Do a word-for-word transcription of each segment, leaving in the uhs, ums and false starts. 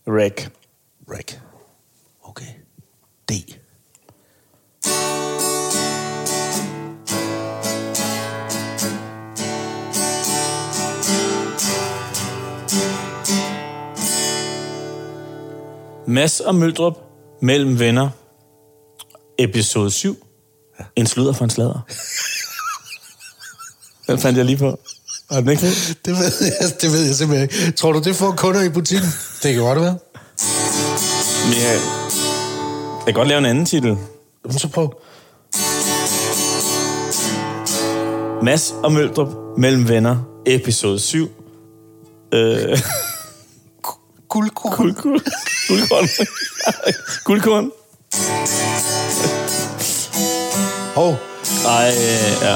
Rec. Rec. Okay. D. Mads og Møldrup mellem venner. Episode syv. Ja. En sludder for en sladder. Den fandt jeg lige på. Var den ikke det? Det ved jeg, det ved jeg simpelthen ikke. Tror du, det får kunder i butikken? Det kan godt være. Men jeg, jeg kan godt lave en anden titel. Så prøv. Mads og Møldrup mellem venner. Episode syv. Øh... Guldkorn. Guldkorn. Guldkorn. Guldkorn. Hov. Ej, ja.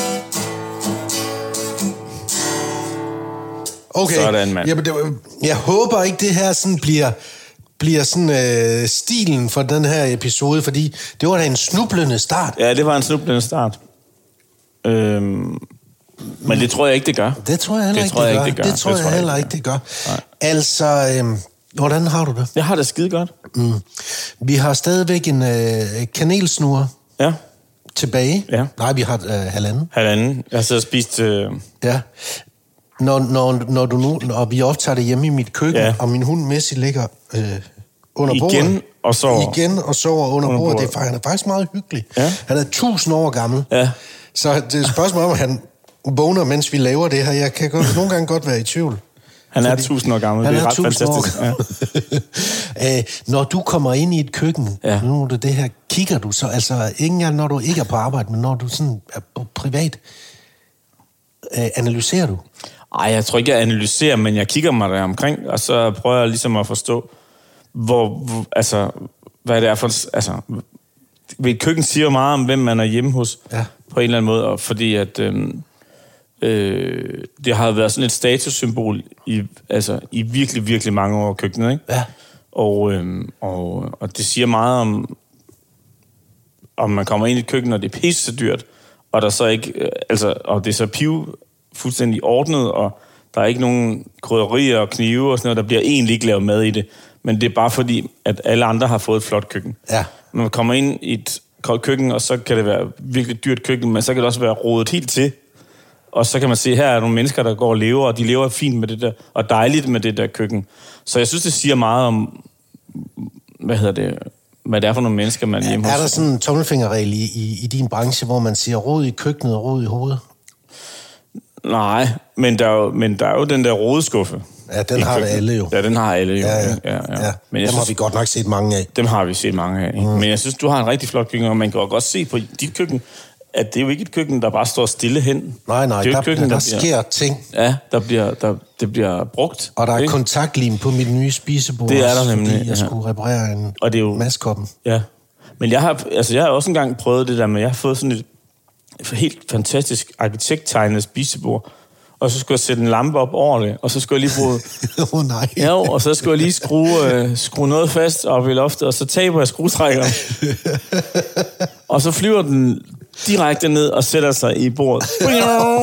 Okay. Sådan, mand. Jamen, det, jeg håber ikke, det her sådan bliver, bliver sådan, øh, stilen for den her episode, fordi det var da en snublende start. Ja, det var en snublende start. Øhm, men det tror jeg ikke, det gør. Det tror jeg heller det ikke, tror det, jeg gør. ikke, det gør. Det tror det jeg, jeg heller ikke, det gør. Nej. Altså, øh, hvordan har du det? Jeg har det skide godt. Mm. Vi har stadigvæk en øh, kanelsnurre. Ja. Tilbage. Ja. Nej, vi har øh, halvanden. Halvanden. Jeg har siddet og spist... Øh... Ja. Når, når, når du nu... Og vi optager det hjemme i mit køkken, ja. Og min hund Messi ligger øh, under bordet. Igen og sover. Igen og sover under, under bordet. bordet. Det er, han er faktisk meget hyggelig. Ja. Han er tusind år gammel. Ja. Så det er et spørgsmål om, at han vågner, mens vi laver det her. Jeg kan godt, nogle gange godt være i tvivl. Han er tusind år gammel. Det er, er ret fantastisk. Ja. Æ, når du kommer ind i et køkken, ja. nu er det det her, kigger du så, altså ikke engang når du ikke er på arbejde, men når du sådan er privat, øh, analyserer du? Ej, jeg tror ikke, jeg analyserer, men jeg kigger mig der omkring, og så prøver jeg ligesom at forstå, hvor, hvor altså, hvad det er for... Altså, ved et køkken siger meget om, hvem man er hjemme hos, ja. På en eller anden måde, og fordi at... Øhm, Øh, det har været sådan et statussymbol i, altså, i virkelig, virkelig mange år køkkenet, ikke? Ja. Og, øh, og, og det siger meget om, om man kommer ind i et køkken, og det er pisse dyrt, og der så ikke, øh, altså, og det er så piv fuldstændig ordnet, og der er ikke nogen krydderier og knive og sådan noget, der bliver egentlig ikke lavet mad i det, men det er bare fordi, at alle andre har fået et flot køkken. Ja. Når man kommer ind i et koldt køkken, og så kan det være virkelig dyrt køkken, men så kan det også være rodet helt til. Og så kan man se, her er nogle mennesker, der går og lever, og de lever fint med det der, og dejligt med det der køkken. Så jeg synes, det siger meget om, hvad hedder det, hvad det er for nogle mennesker, man er hjemme hos. Er der sådan en tommelfingerregel i, i, i din branche, hvor man siger rod i køkkenet og rod i hovedet? Nej, men der er jo, men der er jo den der rodeskuffe. Ja, den har alle jo. Ja, den har alle jo. Ja, ja. ja, ja. ja. Men dem synes, har vi godt nok set mange af. Dem har vi set mange af. Mm. Men jeg synes, du har en rigtig flot køkken, og man kan godt se på dit køkken, at det er jo ikke et køkken, der bare står stille hen. Nej, nej, det er der, køkken, der, der sker bliver, ting. Ja, der bliver, der, det bliver brugt. Og der er ikke? kontaktlim på mit nye spisebord. Det er der nemlig. Fordi jeg ja. skulle reparere en og det er jo, maskoppen. Ja, men jeg har, altså jeg har også engang prøvet det der med, jeg har fået sådan et helt fantastisk arkitekttegnet spisebord, og så skulle jeg sætte en lampe op over det, og så skulle jeg lige bruge... Åh oh, nej. Ja, og så skulle jeg lige skrue, øh, skrue noget fast op i loftet, og så taber jeg skruetrækkeren. Og så flyver den direkte ned og sætter sig i bordet. Det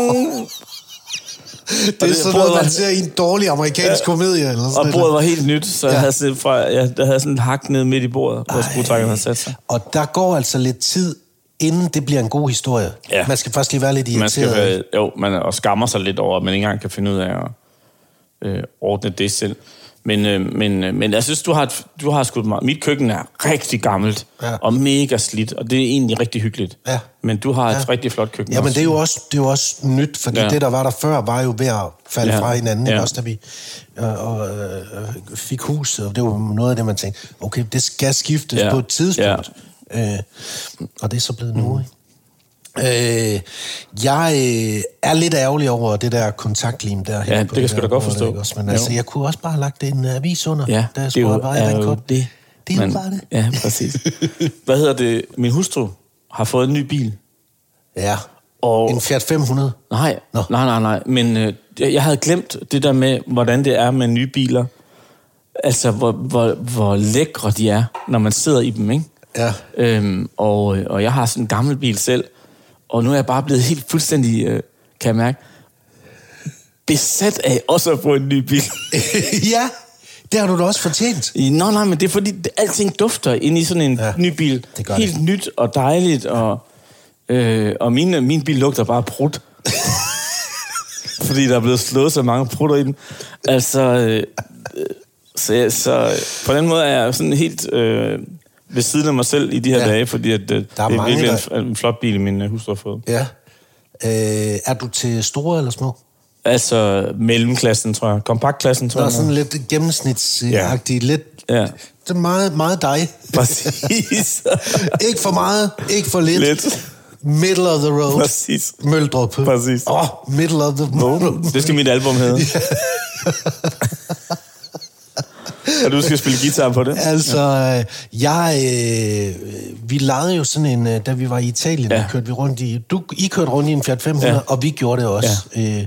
er det, sådan noget, man ser i en dårlig amerikansk ja, komedie. Eller sådan og bordet var helt nyt, så ja. jeg, havde sådan, fra, jeg, jeg havde sådan et hak ned midt i bordet, hvor skruetrækkeren havde sat sig. Og der går altså lidt tid, inden det bliver en god historie. Ja. Man skal først lige være lidt irriteret. Man skal være, jo, man og skammer sig lidt over, at man ikke engang kan finde ud af at øh, ordne det selv. Men, øh, men, øh, men jeg synes, du har, du har skudt mig. Mit køkken er rigtig gammelt, ja. Og mega slidt, og det er egentlig rigtig hyggeligt. Ja. Men du har et ja. rigtig flot køkken. Ja, men det er jo også, det er jo også nyt, fordi ja. det, der var der før, var jo ved at falde ja. fra hinanden. Ja. Også da vi øh, og, øh, fik huset, og det var noget af det, man tænkte, okay, det skal skiftes ja. på et tidspunkt. Ja. Øh, og det er så blevet nu, mm. ikke? Øh, jeg øh, er lidt ærgerlig over det der kontaktlim der. Ja, det kan jeg sgu da godt forstå. Også, men altså, jeg kunne også bare have lagt en avis under, ja, da jeg skulle have bare en kort. Det, det er jo bare det. Ja, præcis. Hvad hedder det? Min hustru har fået en ny bil. Ja, og, en Fiat fem hundrede. Nej, Nå. nej, nej, nej. Men øh, jeg havde glemt det der med, hvordan det er med nye biler. Altså, hvor, hvor, hvor lækre de er, når man sidder i dem, ikke? Ja. Øhm, og, og jeg har sådan en gammel bil selv, og nu er jeg bare blevet helt fuldstændig, øh, kan jeg mærke, besat af også at få en ny bil. Ja, Det har du da også fortjent. Nå, nej, men det er fordi, det, alting dufter ind i sådan en ja, ny bil. Helt det. Nyt og dejligt, og, øh, og min, min bil lugter bare prut. Fordi der er blevet slået så mange prutter i den. Altså, øh, så, så på den måde er jeg sådan helt øh, ved siden af mig selv i de her ja. dage, fordi at, øh, det er, er virkelig der... en, en flot bil, min uh, hustru har fået. Ja. Øh, er du til store eller små? Altså mellemklassen, tror jeg. Kompaktklassen, tror jeg. Der er sådan lidt gennemsnitsagtigt, ja. lidt... Ja. Det er meget, meget dig. Præcis. Ikke for meget, ikke for lidt. Lidt. Middle of the road. Præcis. Møldrup. Præcis. Åh, oh, middle of the road. No, det skal mit album hedde. Og du skal spille guitar på det? Altså, ja. jeg... Øh, vi legede jo sådan en... Da vi var i Italien, ja. kørte vi rundt i... Du, I kørte rundt i en Fiat fem hundrede, ja. og vi gjorde det også. Ja. Øh,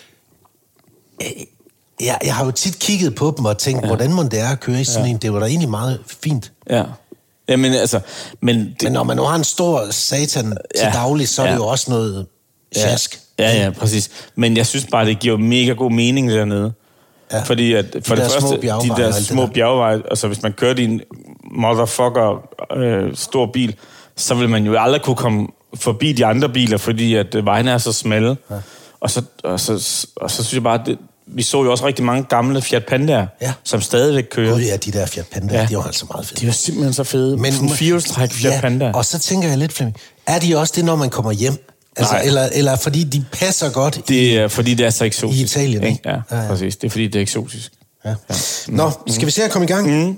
jeg, jeg har jo tit kigget på dem og tænkt, ja. hvordan må det er at køre i sådan ja. en? Det var da egentlig meget fint. Ja. Ja, men altså... Men, det, men når man nu har en stor satan til ja. daglig, så er ja. det jo også noget sjask. Ja. ja, ja, præcis. Men jeg synes bare, det giver mega god mening dernede. Ja. Fordi at, for de det første, de der små bjergveje, altså hvis man kører i en motherfucker øh, stor bil, så vil man jo aldrig kunne komme forbi de andre biler, fordi at øh, vejene er så smalle. Ja. Og, så, og, så, og så synes jeg bare, at det, vi så jo også rigtig mange gamle Fiat Pandaer, ja. som stadigvæk kører. Gud ja, de der Fiat Pandaer, ja. de var altså meget fede. De var simpelthen så fede. Men sådan firehjulstræk Fiat ja, Panda. Og så tænker jeg lidt, Flemming, er de også det, når man kommer hjem? Altså, eller, eller fordi de passer godt det er, i, fordi det er så eksotisk. I Italien, ikke? Ja, ja, præcis. Det er fordi, det er eksotisk. Ja. Ja. Nå, skal vi se at komme i gang? Mm.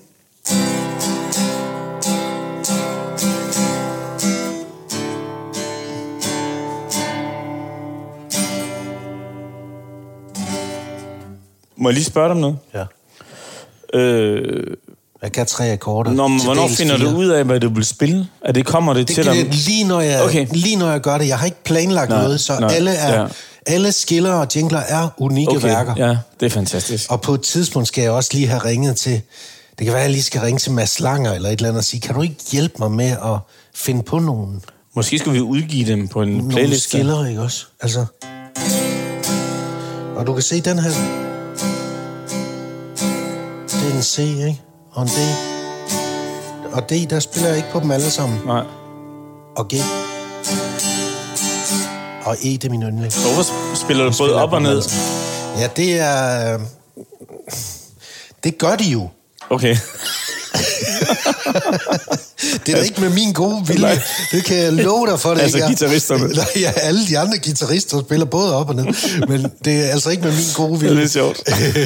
Må jeg lige spørge dig om noget? Ja. Øh... Jeg kan tre akkorder. Nå, men hvornår finder fire. du ud af, hvad du vil spille? Er det kommer det, det til dig? Lige når, jeg, okay. lige når jeg gør det. Jeg har ikke planlagt nej, noget, så nej, alle, er, ja. alle skiller og jingler er unikke okay. værker. Ja, det er fantastisk. Og på et tidspunkt skal jeg også lige have ringet til... Det kan være, at jeg lige skal ringe til Mads Langer eller et eller andet og sige, kan du ikke hjælpe mig med at finde på nogen... Måske skulle vi udgive dem på en nogle playlist. Nogle skiller, ikke også? Altså... Og du kan se den her... Det er en C, ikke? Og en D. Og D, der spiller jeg ikke på dem alle sammen. Nej. Og G. Og E, det er min yndling. Hvorfor spiller du både op og ned? Ja, det er... Det gør de jo. Okay. Det er da ikke med min gode vilje. Nej. Det kan jeg love dig for, det altså ikke er. Altså guitaristerne? Nej, ja, alle de andre guitarister spiller både op og ned. Men det er altså ikke med min gode vilje. Det er sjovt.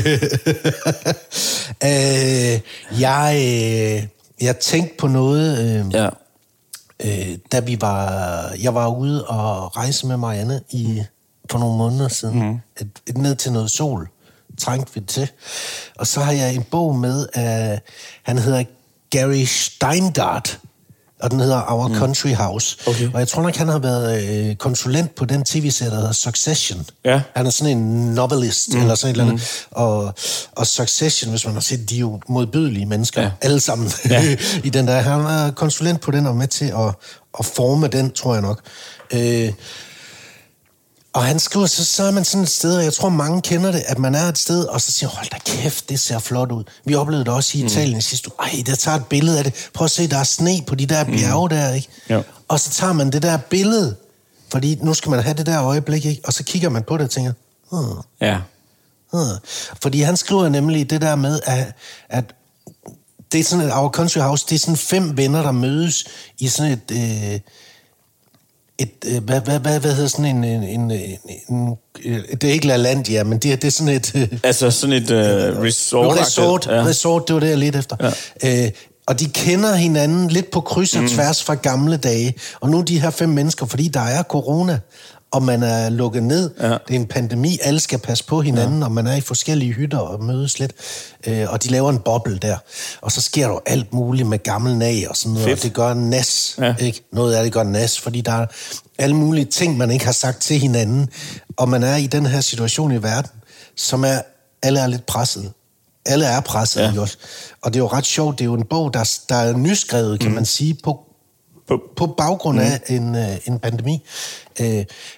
øh, jeg, øh, jeg tænkte på noget, øh, ja. øh, da vi var... Jeg var ude og rejse med Marianne i, for nogle måneder siden. Mm. Et, et, ned til noget sol. Trængte vi til. Og så har jeg en bog med af... Han hedder Gary Steindart, og den hedder Our mm. Country House. Okay. Og jeg tror nok, han har været øh, konsulent på den tv-serie, der hedder Succession. Ja. Han er sådan en novelist, mm. eller sådan et eller andet. Mm. Og, og Succession, hvis man har set, de er jo modbydelige mennesker, ja. alle sammen ja. i den der. Han er konsulent på den og med til at, at forme den, tror jeg nok. Øh, Og han skriver, så, så er man sådan et sted, og jeg tror, mange kender det, at man er et sted, og så siger, hold da kæft, det ser flot ud. Vi oplevede det også i Italien mm. sidste uge. Ej, der tager et billede af det. Prøv at se, der er sne på de der bjerge der, ikke? Jo. Og så tager man det der billede, fordi nu skal man have det der øjeblik, ikke? Og så kigger man på det og tænker, hmm. ja. Hmm. Fordi han skriver nemlig det der med, at, at det er sådan et Our Country House, det er sådan fem venner, der mødes i sådan et... Øh, Et, øh, hvad, hvad, hvad, hvad hedder sådan en, en, en, en, en... Det er ikke LaLandia, men det er, det er sådan et... Øh, altså sådan et øh, resort. Resort, ja. resort, det var det, jeg ledte efter. Ja. Øh, og de kender hinanden lidt på kryds og tværs fra gamle dage. Og nu de her fem mennesker, fordi der er corona, og man er lukket ned. Ja. Det er en pandemi, alle skal passe på hinanden, ja. og man er i forskellige hytter og mødes lidt. Øh, og de laver en boble der. Og så sker der alt muligt med gammel nag og sådan noget. Fedt. Og det gør nas, ja. ikke? Noget af det gør nas, fordi der er alle mulige ting, man ikke har sagt til hinanden. Og man er i den her situation i verden, som er, alle er lidt presset. Alle er presset, ja. jo. Og det er jo ret sjovt. Det er jo en bog, der, der er nyskrevet, kan mm. man sige, på, på, på baggrund af mm. en, en pandemi. Øh,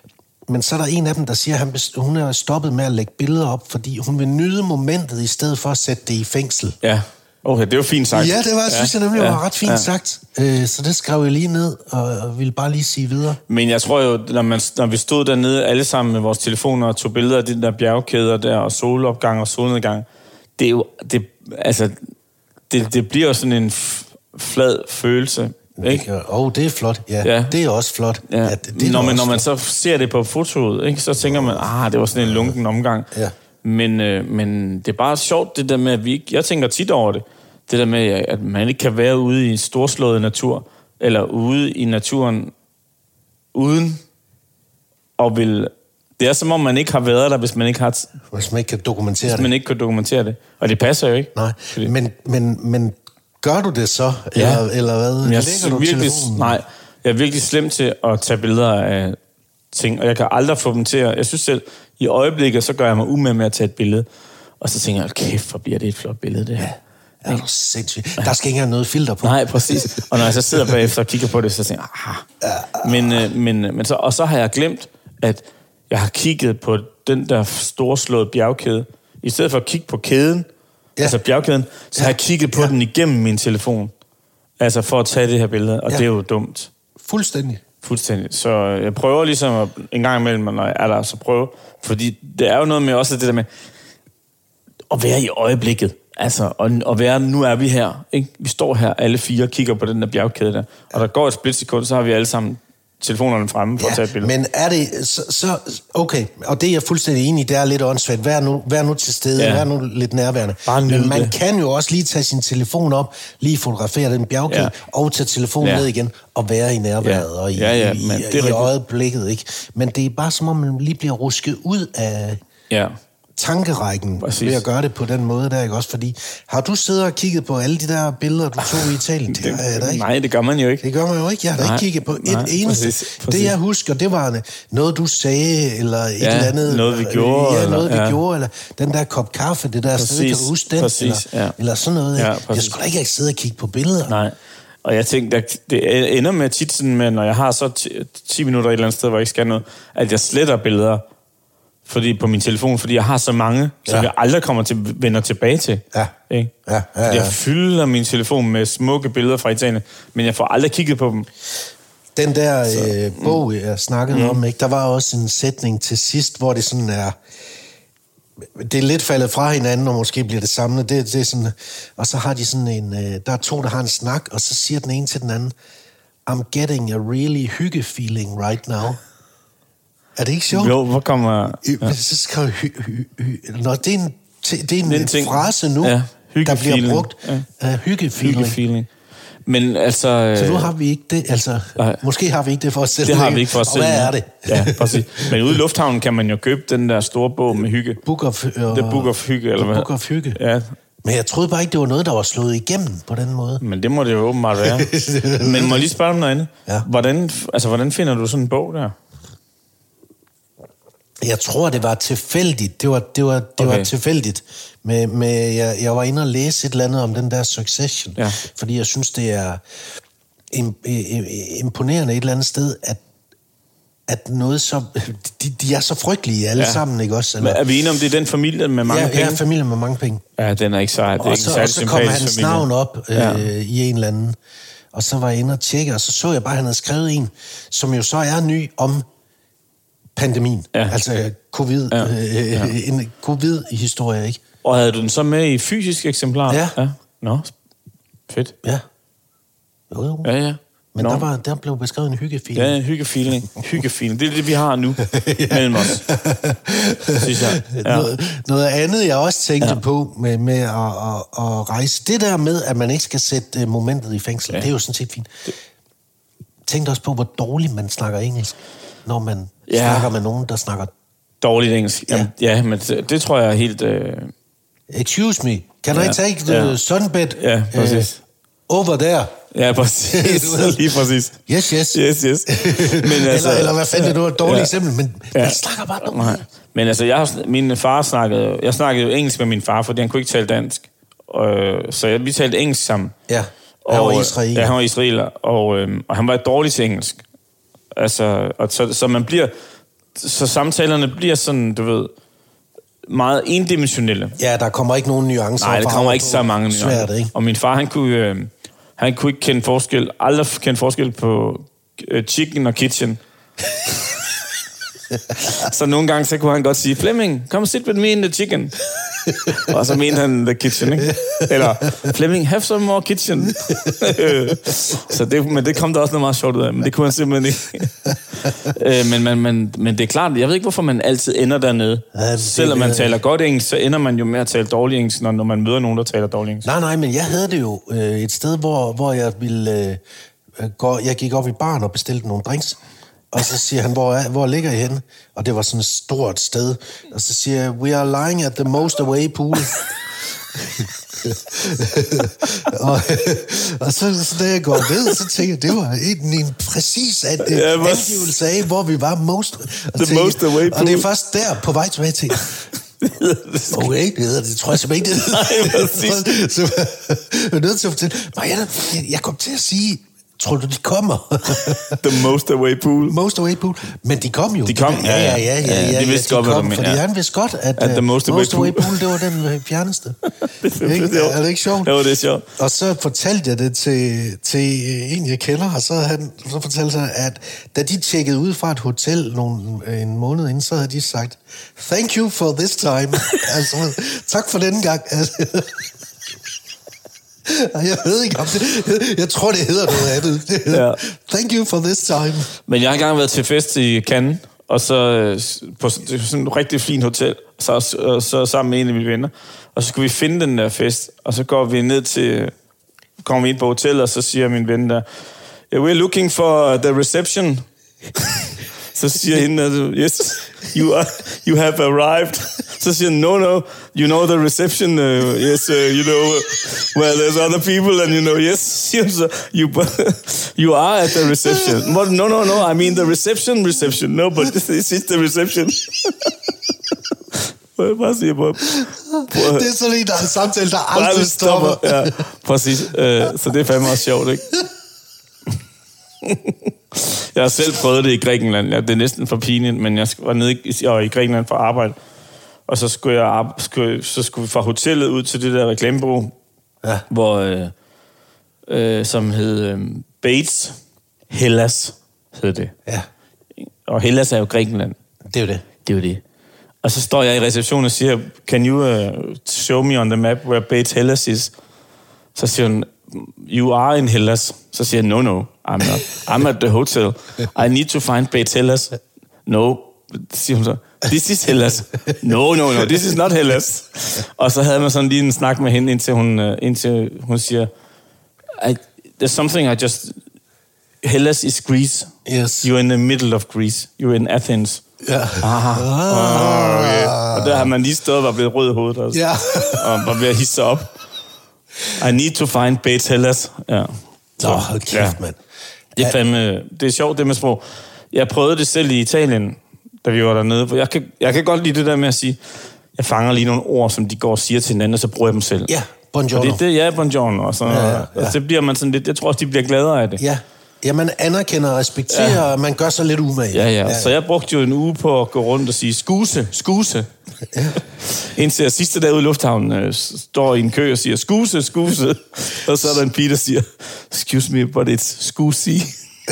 men så er der en af dem, der siger, at han best- hun er stoppet med at lægge billeder op, fordi hun vil nyde momentet, i stedet for at sætte det i fængsel. Ja, okay, det var fint sagt. Ja, det var, ja. synes jeg nemlig, ja. var ret fint ja. sagt. Øh, så det skrev jeg lige ned, og, og ville bare lige sige videre. Men jeg tror jo, når, man, når vi stod dernede alle sammen med vores telefoner og tog billeder af de der bjergkæder der, og solopgang og solnedgang, det er jo, det, altså, det, det bliver jo sådan en f- flad følelse. Ikke? Åh, oh, det er flot. Ja, ja. Det er også flot. Ja. Ja, det, det når, man, når man så ser det på fotoet, ikke, så tænker man, ah, det var sådan en lunken omgang. Ja. Men, øh, men det er bare sjovt, det der med, at vi ikke... Jeg tænker tit over det. Det der med, at man ikke kan være ude i en storslået natur, eller ude i naturen, uden og vil... Det er som om, man ikke har været der, hvis man ikke har... Hvis man ikke kan dokumentere hvis det. Hvis man ikke kan dokumentere det. Og det passer jo ikke. Nej, fordi... men, men, men gør du det så? Ja. Eller, eller hvad? Jeg Lægger du virkelig, telefonen? nej, jeg er virkelig slem til at tage billeder af ting, og jeg kan aldrig få dem til at... Jeg synes selv, i øjeblikket, så gør jeg mig umage med at tage et billede. Og så tænker jeg, kæft, hvor bliver det et flot billede, det her. Ja, det er sindssygt. Der skal ikke engang noget filter på. Nej, præcis. Og når jeg så sidder bagefter og kigger på det, så tænker jeg, ah. Men, øh, men, men så, og så har jeg glemt, at jeg har kigget på den der storslåede bjergkæde. I stedet for at kigge på kæden, ja. altså bjergkæden, så ja. har jeg kigget på ja. den igennem min telefon. Altså for at tage det her billede, og ja. det er jo dumt. Fuldstændig. Fuldstændig. Så jeg prøver ligesom at, en gang imellem, når jeg er der, så prøve. Fordi det er jo noget med også det der med at være i øjeblikket. Altså, og, og være, nu er vi her, ikke? Vi står her, alle fire, kigger på den der bjergkæde der, og der går et splitsekund, så har vi alle sammen telefonerne fremme for ja, at tage et billede. Men er det, så, så, okay, og det er jeg fuldstændig enig i, det er lidt åndssvagt. Vær nu, vær nu til stede, ja. vær nu lidt nærværende. Men man det. kan jo også lige tage sin telefon op, lige fotografere den bjergkæde, ja. og tage telefonen ja. ned igen, og være i nærværet, ja. og i, ja, ja, i, men i, det i øjeblikket, ikke? Men det er bare som om, man lige bliver rusket ud af... Ja. tankerækken Præcis. ved at gøre det på den måde der, ikke også? Fordi, har du siddet og kigget på alle de der billeder, du tog i Italien? Det, det er der ikke. Nej, det gør man jo ikke. Det gør man jo ikke. Jeg har da ikke kigget på et nej, eneste. Præcis, præcis. Det, jeg husker, det var noget, du sagde, eller et ja, eller andet. noget vi gjorde. Ja, noget eller, vi ja. gjorde, eller den der kop kaffe, det der præcis, sted, kan du huske den? Præcis, eller, ja. eller sådan noget. Ja, jeg skulle da ikke sidde og kigge på billeder. Nej. Og jeg tænkte, at det ender med tit sådan med, når jeg har så ti minutter et eller andet sted, hvor jeg ikke skal noget, at jeg sletter billeder fordi på min telefon, fordi jeg har så mange, som ja. jeg aldrig kommer til vender tilbage til. Ja. Ikke? Ja, ja, ja. Jeg fylder min telefon med smukke billeder fra Italien, men jeg får aldrig kigget på dem. Den der øh, bog, jeg snakkede mm. om, ikke? Der var også en sætning til sidst, hvor det sådan er... Det er lidt faldet fra hinanden, og måske bliver det samme. Det, det er sådan, og så har de sådan en... Øh, der er to, der har en snak, og så siger den ene til den anden, I'm getting a really hygge-feeling right now. Er det ikke sjovt? Jo, hvor kommer... Ja. Så skal hy, hy, hy. Nå, det er en, det er en, en ting, frase nu, ja, der bliver brugt. Ja. Uh, hygge-feeling. Hygge-feeling. Men altså... Så nu har vi ikke det, altså... Nej. Måske har vi ikke det for os selv. Det har vi ikke for os selv. Og hvad er det? Ja, præcis. Men ude i lufthavnen kan man jo købe den der store bog med hygge. Book of... Uh, The Book of Hygge, eller hvad? Book of Hygge. Ja. Men jeg troede bare ikke, det var noget, der var slået igennem på den måde. Men det må det jo åbenbart være. Men må jeg lige spørge om noget andet? Ja. Hvordan, altså, hvordan finder du sådan en bog der? Jeg tror, det var tilfældigt. Det var, det var, det okay. var tilfældigt. Med, med, jeg, jeg var inde og læse et eller andet om den der Succession. Ja. Fordi jeg synes, det er imponerende et eller andet sted, at, at noget så... De, de er så frygtelige alle ja. sammen, ikke også? Eller, er vi enige om, det er den familie med mange ja, penge? Ja, familien med mange penge. Ja, den er ikke så... Det er og, ikke så, og så kom hans familie. navn op øh, ja. i en eller anden. Og så var jeg inde og tjekke, og så så jeg bare, at han havde skrevet en, som jo så er ny om pandemien. Ja. Altså covid, ja. Øh, ja. en covid-historie, ikke? Og havde du den så med i fysisk eksemplar? Ja. ja. Nå, fedt. Ja. Jo, jo. Ja, ja. Men der, var, der blev beskrevet en hyggefeeling. Ja, en hyggefeeling. Hyggefeeling. Det er det, vi har nu ja. mellem os. Synes jeg. Ja. Noget, noget andet, jeg også tænkte ja. på med, med at, at, at rejse, det der med, at man ikke skal sætte momentet i fængsel, ja. det er jo sådan set fint. Det... Tænk også på, hvor dårligt man snakker engelsk, når man ja. snakker med nogen, der snakker... Dårligt engelsk. Ja, Jamen, ja men det, det tror jeg er helt... Øh... Excuse me, can ja. I take the ja. sunbed ja, præcis. uh, over there? Ja, præcis. Lige præcis. Yes, yes. Yes, yes. Men altså, eller, eller hvad fanden, det var et dårligt ja. eksempel, men ja. man snakker bare dårligt. Men altså, jeg, min far snakkede... Jeg snakkede jo engelsk med min far, fordi han kunne ikke tale dansk. Og, så jeg, vi talte engelsk sammen. Ja, han var israeler. Ja, han var israeler, og, øhm, og han var dårlig til engelsk. Altså, og så, så man bliver... så samtalerne bliver sådan, du ved, meget endimensionelle. Ja, der kommer ikke nogen nuancer. Nej, der kommer ikke så mange nuancer. Svært, ikke? Og min far, han kunne, øh, han kunne ikke kende forskel, aldrig kende forskel på øh, chicken og kitchen. Så nogle gange, så kunne han godt sige, Flemming, come sit with me in the chicken. Og så mente han the kitchen, ikke? Eller, Flemming, have some more kitchen. Så det, men det kom der også noget meget sjovt ud af, men det kunne han simpelthen ikke. men, men, men, men det er klart, jeg ved ikke, hvorfor man altid ender dernede. Ja, selvom man taler godt engelsk, så ender man jo med at tale dårlig engelsk, når, når man møder nogen, der taler dårlig engelsk. Nej, nej, men jeg havde det jo øh, et sted, hvor, hvor jeg ville... Øh, gå, jeg gik op i baren og bestilte nogle drinks. Og så siger han, hvor, er, hvor ligger I henne? Og det var sådan et stort sted. Og så siger jeg, we are lying at the most away pool. og, og så, så da jeg går ned, så tænker jeg, det var en, en præcis at, ja, angivelse af, hvor vi var most, og the tænker, most away pool. Og det er først der, på vej tilbage til. Okay, det hedder det, tror jeg simpelthen ikke, det Nej, præcis. Så jeg er nødt til at fortælle, jeg, jeg kom til at sige, tror du, de kommer? The most away pool. Most away pool. Men de kom jo. De kom, ja, ja, ja. ja, ja, ja de vidste ja, godt, hvad kom, du mener. Fordi ja. han vidste godt, at, at the most, uh, away, most pool. away pool, det var den fjerneste. det er, ikke? det er det ikke sjovt? Jo, det er sjovt. Og så fortalte jeg det til, til en, jeg kender, og så, han, så fortalte han, at da de tjekkede ud fra et hotel nogle, en måned inden, så havde de sagt, thank you for this time. altså, tak for denne gang. Jeg ved ikke om det. Jeg tror, det hedder noget andet. Ja. Thank you for this time. Men jeg har engang været til fest i Cannes, og så på sådan et rigtig fint hotel, så, så, så sammen med en af mine venner. Og så skulle vi finde den der fest, og så går vi ned til, kommer vi ind på hotellet, og så siger min ven der, yeah, we're looking for the reception. Så siger hende, yes, you, are, you have arrived. Så siger han, no, no, you know the reception, uh, yes, uh, you know, uh, well, there's other people, and you know, yes, siger you, you are at the reception. No, no, no, I mean the reception, reception. No, but this is the reception. Jeg bare sige på. Det er sådan en, der er en samtale, der aldrig, aldrig stopper. stopper. Ja, præcis. Uh, så det er fandme også sjovt, ikke? Jeg har selv prøvet det i Grækenland. Ja, det er næsten for pinligt, men jeg var nede i, i Grækenland for arbejde. Og så skulle, jeg, skulle, så skulle vi fra hotellet ud til det der reklamebureau, ja. hvor, øh, øh, som hed øh, Bates Hellas, hed det. Ja. Og Hellas er jo Grækenland. Det er jo det. Det er jo det. Og så står jeg i receptionen og siger, can you uh, show me on the map where Bates Hellas is? Så siger hun, you are in Hellas. Så siger jeg, no, no, I'm not. I'm at the hotel. I need to find Bates Hellas. No, siger hun så. This is Hellas. No, no, no, this is not Hellas. Og så havde man sådan lige en snak med hende, indtil hun, indtil hun siger, I, there's something I just... Hellas is Greece. Yes. You're in the middle of Greece. You're in Athens. Ja. Ah, oh, okay. Og der har man lige stået og var blevet rød i hovedet. Altså. Ja. Og var ved at hisse sig op. I need to find Bates Hellas. Ja. Nå, hold kæft, ja. mand. Det er fandme, det er sjovt, det med sprog. Jeg prøvede det selv i Italien, da vi var dernede. Jeg kan, jeg kan godt lide det der med at sige, jeg fanger lige nogle ord, som de går og siger til hinanden, og så bruger jeg dem selv. Ja, buongiorno. Det, det, ja, buongiorno. Og så, ja, ja, ja. Og så bliver man sådan lidt, jeg tror også, de bliver gladere af det. Ja. Ja, man anerkender og respekterer, ja. og man gør sig lidt umage. Ja, ja, ja. Så jeg brugte jo en uge på at gå rundt og sige, skuse, skuse. Ja. Indtil jeg sidste dag ude i lufthavnen øh, står i en kø og siger, skuse, skuse. Og så er der en pige, der siger, excuse me, but it's skusi.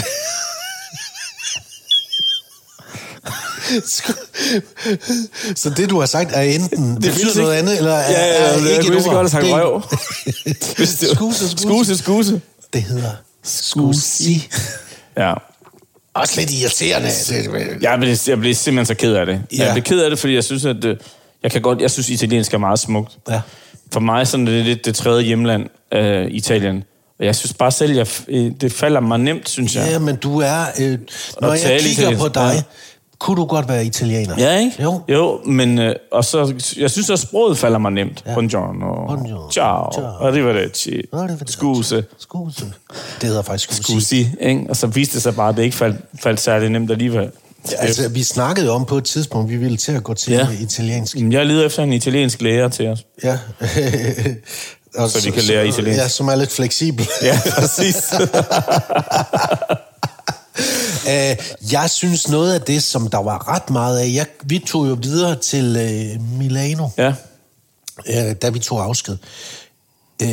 Så det, du har sagt, er enten... Det, det betyder noget andet, eller er, ja, ja, ja, er det, ikke et ord? Jeg godt have sagt røv. Skuse, skuse. Skuse, skuse. Det hedder skusi. Ja. Også lidt irriterende. Jeg blev, jeg blev simpelthen så ked af det. Ja. Jeg blev ked af det, fordi jeg synes, at jeg kan godt, jeg synes, italiensk er meget smukt. Ja. For mig sådan, det er lidt det tredje hjemland, øh, Italien. Og jeg synes bare selv, jeg, det falder mig nemt, synes jeg. Ja, men du er... Øh, når jeg kigger italiensk på dig... Ja. Kunne du godt være italiener? Ja, ikke? Jo. Jo, men øh, og så, jeg synes også, sproget falder mig nemt. Ja. Buongiorno. Buongiorno. Ciao. Ciao. Arrivederci. Skuse. Skuse. Det hedder faktisk skusi. Skusi, ikke? Og så viste det sig bare, at det ikke faldt, faldt særlig nemt alligevel. Ja, altså, vi snakkede om på et tidspunkt, vi ville til at gå til ja. italiensk. Jeg leder efter en italiensk lærer til os. Ja. og så, så vi kan lære italiensk. Ja, som er lidt fleksibel. Ja, præcis. Uh, jeg synes noget af det, som der var ret meget af, jeg, vi tog jo videre til uh, Milano, ja. uh, da vi tog afsked. Uh,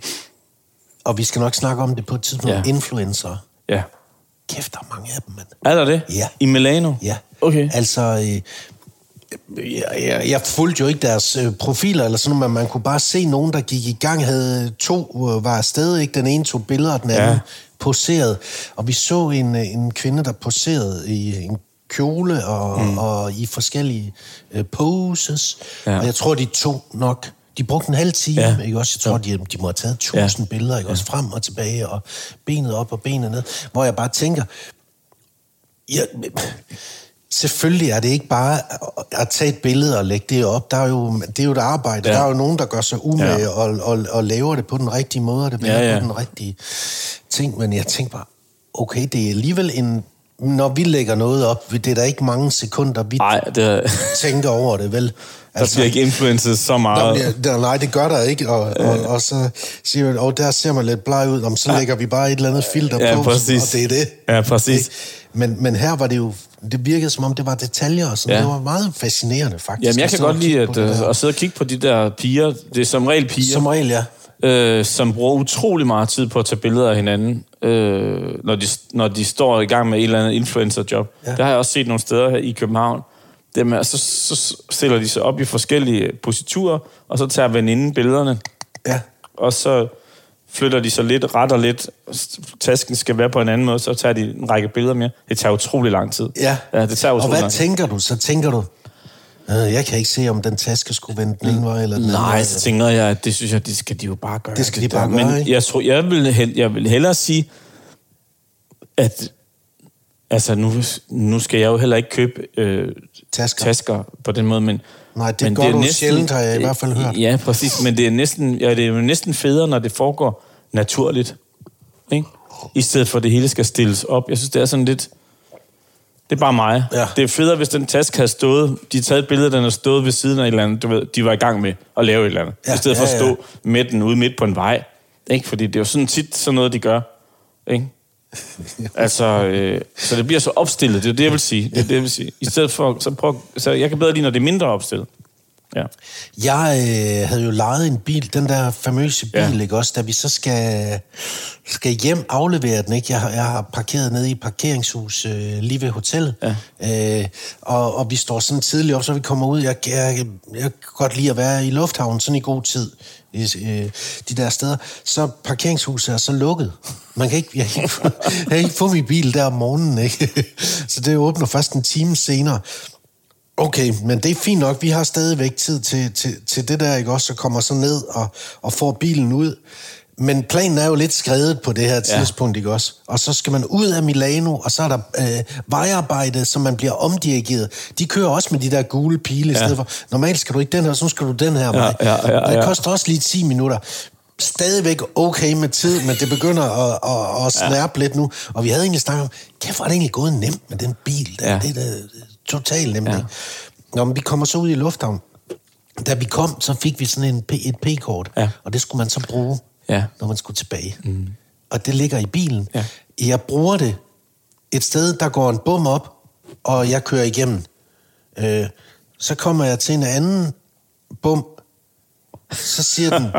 og vi skal nok snakke om det på et tidspunkt. Ja. Influencer. Ja. Kæft, der er mange af dem, mand. Er der det? Ja. I Milano? Ja. Okay. Altså, øh, jeg, jeg, jeg fulgte jo ikke deres øh, profiler eller sådan noget, men man kunne bare se nogen, der gik i gang, havde to, øh, var afsted, ikke? Den ene tog billeder, og den anden ja. poseret. Og vi så en, en kvinde, der poserede i en kjole og, mm. og i forskellige øh, poses. Ja. Og jeg tror, de tog nok... De brugte en halv time, ja. Ikke også? Jeg tror, de, de må have taget tusind ja. billeder, ikke også? Frem og tilbage, og benet op og benet ned. Hvor jeg bare tænker... Ja, selvfølgelig er det ikke bare at tage et billede og lægge det op. Der er jo, det er jo et arbejde. Ja. Der er jo nogen, der gør sig umage ja. og, og, og laver det på den rigtige måde, og det bliver ja, ja. på den rigtige ting. Men jeg tænker bare, okay, det er alligevel en... Når vi lægger noget op, det er der ikke mange sekunder, vi Ej, det... tænker over det, vel? Altså, der bliver ikke influencet så meget. Der bliver, der, nej, det gør der ikke. Og, og, og, og så siger man, åh, der ser man lidt bleg ud, om så lægger vi bare et eller andet filter ja, på, præcis. og det er det. Ja, præcis. Men, men her var det jo, det virkede som om, det var detaljer, og sådan. Ja. Det var meget fascinerende, faktisk. Jamen, jeg kan godt lide at, at sidde og kigge på de der piger. Det er som regel piger. Som regel, ja. Øh, som bruger utrolig meget tid på at tage billeder af hinanden, øh, når, de, når de står i gang med et eller andet influencer-job. Ja. Der har jeg også set nogle steder her i København. Dem er, så, så stiller de sig op i forskellige positurer, og så tager veninden billederne. Ja. Og så flytter de sig lidt, retter lidt. Tasken skal være på en anden måde, så tager de en række billeder mere. Det tager utrolig lang tid. Ja, ja det tager og hvad lang. tænker du? Så tænker du, jeg kan ikke se, om den taske skulle vende den ene vej eller den anden. Nej, så tænker jeg, at det synes jeg, det skal de jo bare gøre. Det skal de det bare der. gøre, Men ikke? jeg tror, jeg vil, hell, jeg vil hellere sige, at altså, nu, nu skal jeg jo heller ikke købe øh, tasker. tasker på den måde, men... Nej, det men gør det er du næsten, sjældent, har jeg i hvert fald hørt. Ja, præcis, men det er næsten, ja, det er jo næsten federe, når det foregår naturligt, ikke? I stedet for, at det hele skal stilles op. Jeg synes, det er sådan lidt... Det er bare mig. Ja. Det er federe, hvis den taske havde stået... De har taget et billede, den har stået ved siden af et eller andet. Du ved, de var i gang med at lave et eller andet. Ja, I stedet for ja, ja. at stå med den ude midt på en vej. Ikke? Fordi det er jo sådan tit sådan noget, de gør. Ikke? altså, øh, så det bliver så opstillet. Det er det, jeg vil sige. Det er det, jeg vil sige. I stedet for... Så prøv, så jeg kan bedre lide, når det er mindre opstillet. Ja. Jeg øh, havde jo lejet en bil, den der famøse bil, ja. Ikke også, da vi så skal, skal hjem aflevere den, ikke? Jeg har, jeg har parkeret nede i parkeringshus øh, lige ved hotellet, ja. øh, og, og vi står sådan tidligt op, så vi kommer ud. Jeg, jeg, jeg kan godt lide at være i lufthavnen sådan i god tid, i, øh, de der steder. Så parkeringshuset er så lukket. Man kan ikke, jeg, kan ikke, jeg kan ikke få min bil der om morgenen, ikke? Så det åbner først en time senere. Okay, men det er fint nok. Vi har stadigvæk tid til, til, til det der, ikke også? Så kommer så ned og, og får bilen ud. Men planen er jo lidt skredet på det her tidspunkt, ja. Ikke også? Og så skal man ud af Milano, og så er der øh, vejarbejde, som man bliver omdirigeret. De kører også med de der gule pile, ja. I stedet for, normalt skal du ikke den her, så skal du den her vej. Ja, ja, ja, ja. Det koster også lige ti minutter. Stadigvæk okay med tid, men det begynder at, at, at snærpe ja. Lidt nu. Og vi havde egentlig snakket om, kæft, var det egentlig gået nemt med den bil? Der. Ja. Det er da totalt nemt. Ja. Nå, men vi kommer så ud i lufthavn. Da vi kom, så fik vi sådan en P- et P-kort, ja. Og det skulle man så bruge, ja. Når man skulle tilbage. Mm. Og det ligger i bilen. Ja. Jeg bruger det et sted, der går en bum op, og jeg kører igennem. Øh, så kommer jeg til en anden bum, så siger den...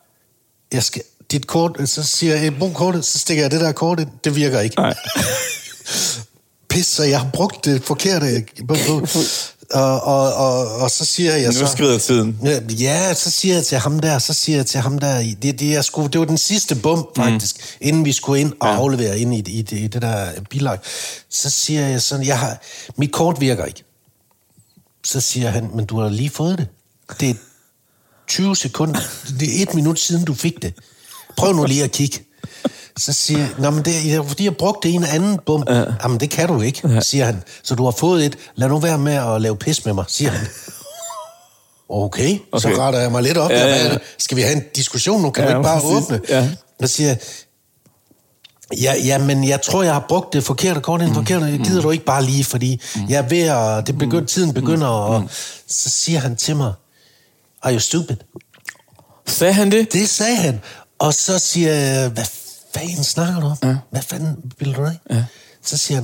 Jeg skal, dit kort, så siger jeg, brug kortet, så stikker jeg det der kort ind. Det virker ikke. Pis, så jeg har brugt det forkerte. Og, og, og, og så siger jeg så... Nu skrider tiden. Ja, så siger jeg til ham der, så siger jeg til ham der, det, det, jeg skulle, det var den sidste bum, faktisk, mm. inden vi skulle ind og ja. Aflevere ind i, i, det, i det der bilag. Så siger jeg sådan, jeg har, mit kort virker ikke. Så siger han, men du har lige fået det. Det er tyve sekunder. Det er et minut siden, du fik det. Prøv nu lige at kigge. Så siger jeg, nå, men det er fordi, jeg brugte en anden bum. Ja. Jamen, det kan du ikke, ja. Siger han. Så du har fået et. Lad nu være med at lave pis med mig, siger han. Okay, okay. Så retter jeg mig lidt op. Ja, ja, ja. Skal vi have en diskussion nu? Kan ja, du ikke bare præcis. Åbne? Ja. Så siger jeg, ja, ja, men jeg tror, jeg har brugt det forkerte kort ind forkerte. Jeg gider mm. du ikke bare lige, fordi mm. jeg er ved at... Det begynder, tiden begynder, og mm. så siger han til mig, are you stupid? Sagde han det? Det sagde han. Og så siger jeg, hvad fanden snakker du om? Ja. Hvad fanden vil du ikke? Ja. Så siger han,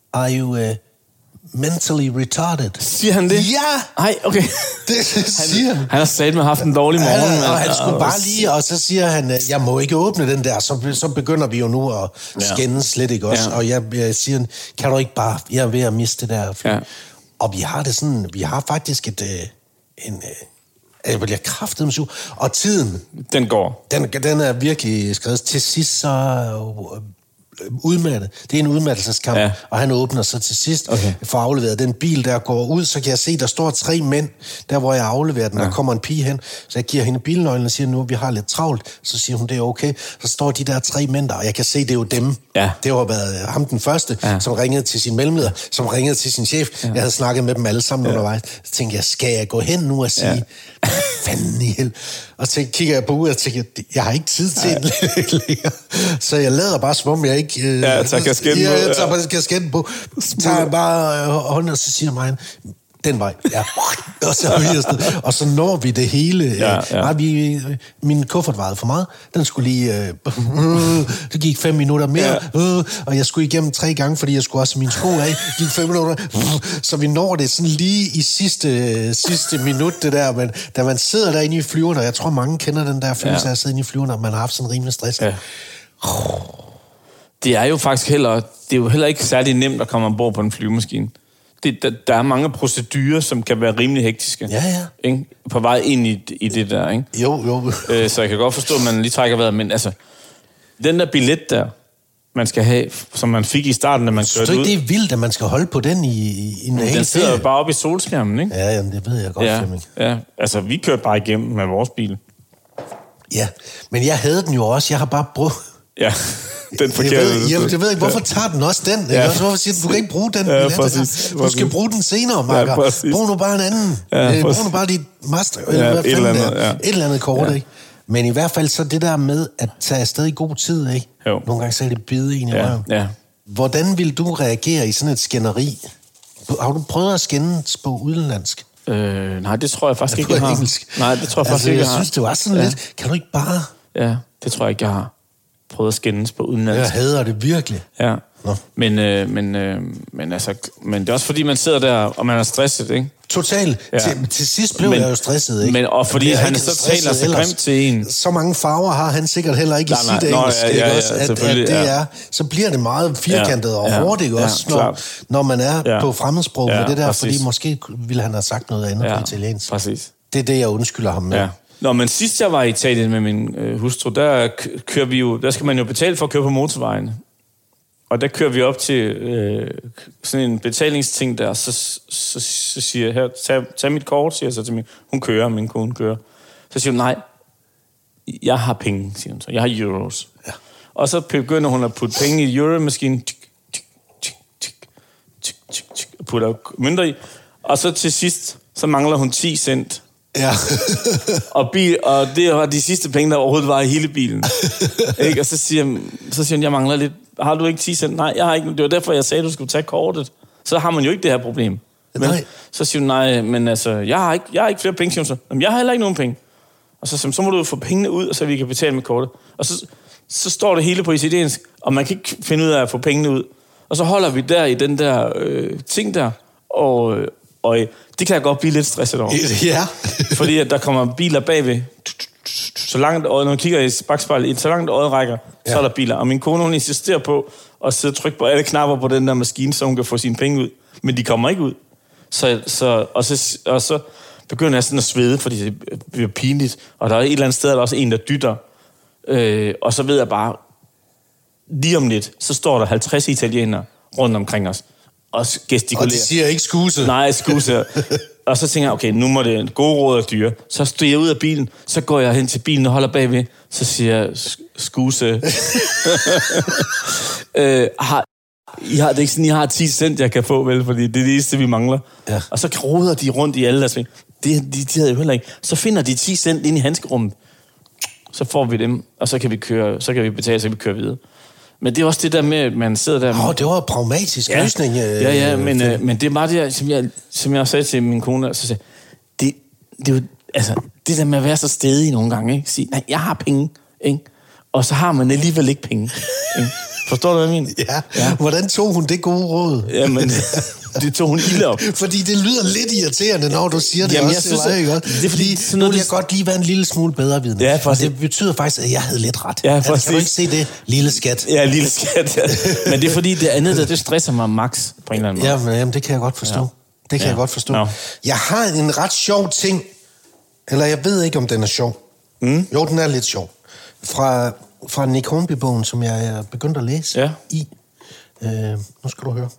are you uh, mentally retarded? Siger han det? Ja! Ej, okay. Det siger han. Han har sagt med haft en dårlig morgen. Ja, og han skulle og, bare lige, og så siger han, jeg må ikke åbne den der, så, så begynder vi jo nu at skændes slet, ikke også? Ja. Og jeg, jeg siger, kan du ikke bare, jeg er ved at miste det der fly. Ja. Og vi har det sådan, vi har faktisk et, en, jeg bliver kraftedeme sur, og tiden, den går. Den, den er virkelig skrevet. Til sidst så udmattet. Det er en udmattelseskamp, ja. Og han åbner så til sidst okay. for afleveret. Den bil, der går ud, så kan jeg se, der står tre mænd, der hvor jeg afleverer den, ja. Der kommer en pige hen, så jeg giver hende bilnøglen og siger, nu vi har lidt travlt, så siger hun, det er okay. Så står de der tre mænd der, og jeg kan se, det er jo dem. Ja. Det var været ham den første, ja. Som ringede til sin mellemleder, som ringede til sin chef. Ja. Jeg havde snakket med dem alle sammen ja. Undervejs. Så tænkte jeg, skal jeg gå hen nu og sige, ja. Hvad fanden i hel? Og så kigger jeg på uret og tænker, jeg har ikke tid til det længere. Så jeg lader bare, som om jeg ikke... Øh, ja, tager kasketten på. Ja, jeg tager bare kasketten på. Tager jeg bare øh, hånden, og så siger mig, den vej. Ja. Og så er vi afsted. Og så når vi det hele. Ja, ja. Nej, vi, min kuffert vejede for meget. Den skulle lige... Øh, det gik fem minutter mere. Ja. Øh, og jeg skulle igennem tre gange, fordi jeg skulle også have mine sko af. Gik fem minutter. Så vi når det sådan lige i sidste, sidste minut, det der. Men da man sidder derinde i flyveren, og jeg tror, mange kender den der følelse af at sidde inde i flyveren, og man har haft sådan en rimelig stress. Ja. Det er jo faktisk heller... Det er jo heller ikke særlig nemt at komme ombord på en flyvemaskine. Det, der, der er mange procedurer, som kan være rimelig hektiske. Ja, ja. Ikke? På vej ind i, i det der, ikke? Jo, jo. Øh, så jeg kan godt forstå, at man lige trækker vejret, men altså, den der billet der, man skal have, som man fik i starten, da man kørte ud... Det er vildt, at man skal holde på den i, i en hel Den sidder jo bare oppe i solskærmen, ikke? Ja, jamen, det ved jeg godt, ja, Flemming. Ja, altså, vi kørte bare igennem med vores bil. Ja, men jeg havde den jo også. Jeg har bare brugt... Ja, den forkerte... Jeg ved, jeg, jeg ved ikke, hvorfor tager den også den? Ja. Hvorfor siger du, du kan ikke bruge den ja, billet? Præcis, du skal bruge den senere, Marker. Ja, brug nu bare en anden. Ja, brug nu bare dit master... Ja, eller et, eller andet, ja. et eller andet kort, ja. Ikke? Men i hvert fald så det der med at tage afsted i god tid, ikke? Jo. Nogle gange så er det bide en i ja, ja. Hvordan vil du reagere i sådan et skænderi? Har du prøvet at skændes på udenlandsk? Øh, nej, det tror jeg faktisk ikke, jeg har. Engelsk. Nej, det tror jeg faktisk altså, ikke, jeg har. Jeg synes, det var sådan ja. Lidt... Kan du ikke bare... Ja, det tror jeg ikke, jeg har prøvet at skændes på udenlandsk. Jeg hader det virkelig. Ja, Nå. men, øh, men, øh, men, altså, men det er også fordi, man sidder der, og man er stresset, ikke? Totalt. Ja. Til, til sidst blev men, jeg jo stresset, ikke? Men, og fordi han så taler så grimt til en. Så mange farver har han sikkert heller ikke nej, i sit nej, engelsk, ja, ja, ja, også? At, at det ja. er, så bliver det meget firkantet ja, og ja, hårdt, ikke ja, også? Når, når man er ja. På fremmedsprog ja, med det der, præcis. Fordi måske ville han have sagt noget andet ja, på italiensk. Præcis. Det er det, jeg undskylder ham med. Ja. Nå, men sidst jeg var i Italien med min øh, hustru, der kører vi jo, der skal man jo betale for at køre på motorvejen. Og der kører vi op til øh, sådan en betalingsting der, så, så, så, så siger jeg, her, tag, tag mit kort, siger jeg så til min, hun kører, min kone kører. Så siger hun, nej, jeg har penge, siger hun så, jeg har euros. Ja. Og så begynder hun at putte penge i euromaskinen, og putter mønter i, og så til sidst, så mangler hun ti cent. Ja. og, bil, og det var de sidste penge, der overhovedet var i hele bilen. Ikke? Og så siger, så siger hun, jeg mangler lidt. Har du ikke ti cent? Nej, jeg har ikke. Det var derfor, jeg sagde, at du skulle tage kortet. Så har man jo ikke det her problem. Men, nej. Så siger hun, nej, men altså, jeg har ikke, jeg har ikke flere penge, siger hun så. Jamen, jeg har heller ikke nogen penge. Og så, så må du få pengene ud, så vi kan betale med kortet. Og så, så står det hele på italiensk, og man kan ikke finde ud af at få pengene ud. Og så holder vi der i den der øh, ting der, og... Og det kan jeg godt blive lidt stresset over. Ja. Fordi at der kommer biler bagved. Så langt øjet, når man kigger i bakspejlet, så langt øjet rækker, ja. Så er der biler. Og min kone, hun insisterer på at sidde og trykke på alle knapper på den der maskine, så hun kan få sine penge ud. Men de kommer ikke ud. Så, så, og, så, og så begynder jeg sådan at svede, fordi det bliver pinligt. Og der er et eller andet sted, der er også en, der dytter. Øh, og så ved jeg bare, lige om lidt, så står der halvtreds italienere rundt omkring os. Og gestikulerer. Og de siger ikke skuse. Nej, skuse. Og så tænker jeg, okay, nu må det en god råd af dyre. Så stiger jeg ud af bilen, så går jeg hen til bilen og holder bagved. Så siger jeg, skuse. øh, har, I har, det er ikke sådan, I har ti cent, jeg kan få, vel? Fordi det er det eneste, vi mangler. Ja. Og så roder de rundt i alle deres ting. Det, de, de havde jo heller ikke. Så finder de ti cent ind i handskerummet. Så får vi dem, og så kan vi køre, så kan vi betale, så kan vi køre videre. Men det er også det der med, at man sidder der... Åh, oh, det var en pragmatisk ja. løsning. Øh, ja, ja, men, øh, men det er bare det der, som jeg, som jeg sagde til min kone, så sagde, det, det er jo, altså, det der med at være så stedig nogle gange, ikke? Sige, nej, jeg har penge, ikke? Og så har man alligevel ikke penge, ikke? Forstår du, hvad jeg mener? Ja. ja. Hvordan tog hun det gode råd? Jamen, det tog hun ilde op. Fordi det lyder lidt irriterende, når du siger det. Jamen, også, jeg synes, det, ikke? det er fordi, nu vil jeg det... godt lige være en lille smule bedre vidende. Ja, og det betyder faktisk, at jeg havde lidt ret. Ja, altså, kan du ikke se det? Lille skat. Ja, lille skat. Ja. Men det er fordi, det andet der, det stresser mig max på en eller anden måde. Ja, men jamen, det kan jeg godt forstå. Ja. Det kan ja. jeg godt forstå. No. Jeg har en ret sjov ting, eller jeg ved ikke, om den er sjov. Mm. Jo, den er lidt sjov. Fra, fra Nick Hornby-bogen, som jeg er begyndt at læse ja. i. Øh, nu skal du høre.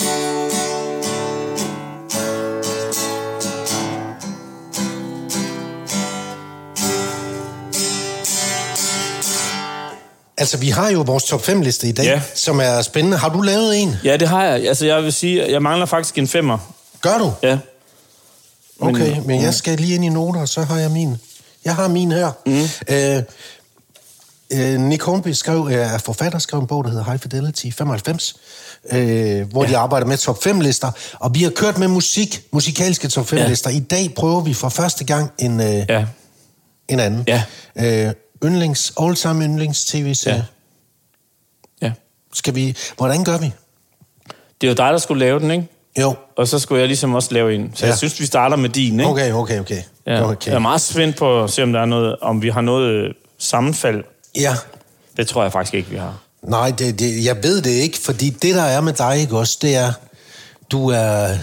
Altså, vi har jo vores top fem liste i dag, ja. som er spændende. Har du lavet en? Ja, det har jeg. Altså, jeg vil sige, jeg mangler faktisk en femmer. Gør du? Ja. Men, okay, men jeg skal lige ind i noter, og så har jeg min. Jeg har min her. Mm. Øh, øh, Nick Hornby skrev, er forfatter, skrev en bog, der hedder High Fidelity femoghalvfems, øh, hvor ja. de arbejder med top fem lister, og vi har kørt med musik, musikalske top fem lister. Ja. I dag prøver vi for første gang en, øh, ja. en anden. Ja. Øh, yndlings, all-time yndlings tv-serie. Ja. ja. Skal vi, hvordan gør vi? Det er jo dig, der skulle lave den, ikke? Jo. Og så skulle jeg ligesom også lave en. Så ja. jeg synes, vi starter med din, ikke? Okay, okay, okay. Ja. okay. Jeg er meget spændt på at se, om der er noget, om vi har noget sammenfald. Ja. Det tror jeg faktisk ikke, vi har. Nej, det, det, jeg ved det ikke, fordi det, der er med dig, ikke også, det er, du er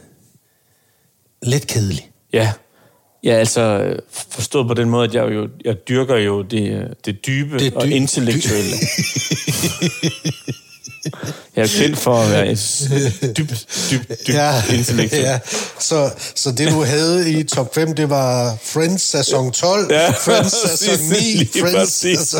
lidt kedelig. Ja. Ja, altså forstået på den måde, at jeg jo jeg dyrker jo det, det dybe det dy- og intellektuelle. Jeg er kendt for at være et dybt, dybt, dybt ja, intellektuel. Ja. Så, så det, du havde i top fem, det var Friends sæson tolv, ja, Friends sæson ni, Friends sæson...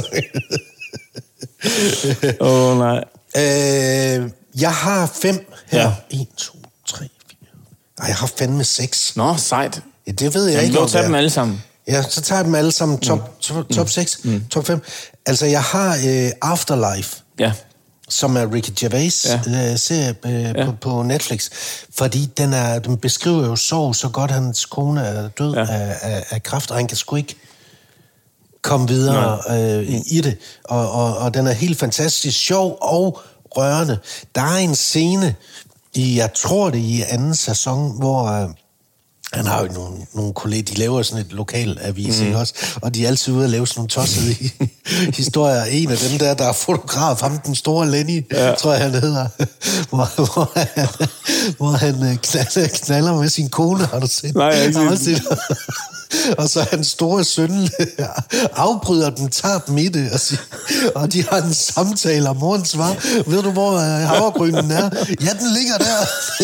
Åh, oh, nej. Øh, jeg har fem her. Ja. En, to, tre, fire... Ej, jeg har fandme seks. Nå, sejt. Ja, det ved jeg Jamen, ikke. Du tager dem alle sammen. Ja, så tager jeg dem alle sammen. Top, mm. top, top seks, mm. top fem. Altså, jeg har øh, Afterlife. Ja. Som er Ricky Gervais ja. øh, serie øh, ja. på, på Netflix. Fordi den, er, den beskriver jo sorg så godt, hans kone er død ja. af, af, af kræft, og han kan sgu ikke komme videre øh, i det. Og, og, og den er helt fantastisk sjov og rørende. Der er en scene i, jeg tror det i anden sæson, hvor... Øh, han har jo nogle, nogle kolleger, de laver sådan et lokal avis, mm. også? Og de er altid ude at lave sådan nogle tossede historier. En af dem der, der er fotograf, ham den store Lenny, ja. tror jeg han hedder, hvor, hvor han, hvor han knaller, knaller med sin kone, har du set? Nej, jeg har ikke set. Og så hans store søn afbryder dem, tager dem i det, og, siger, og de har en samtale, og moren svarer, ved du, hvor havregrynen er? Ja, den ligger der.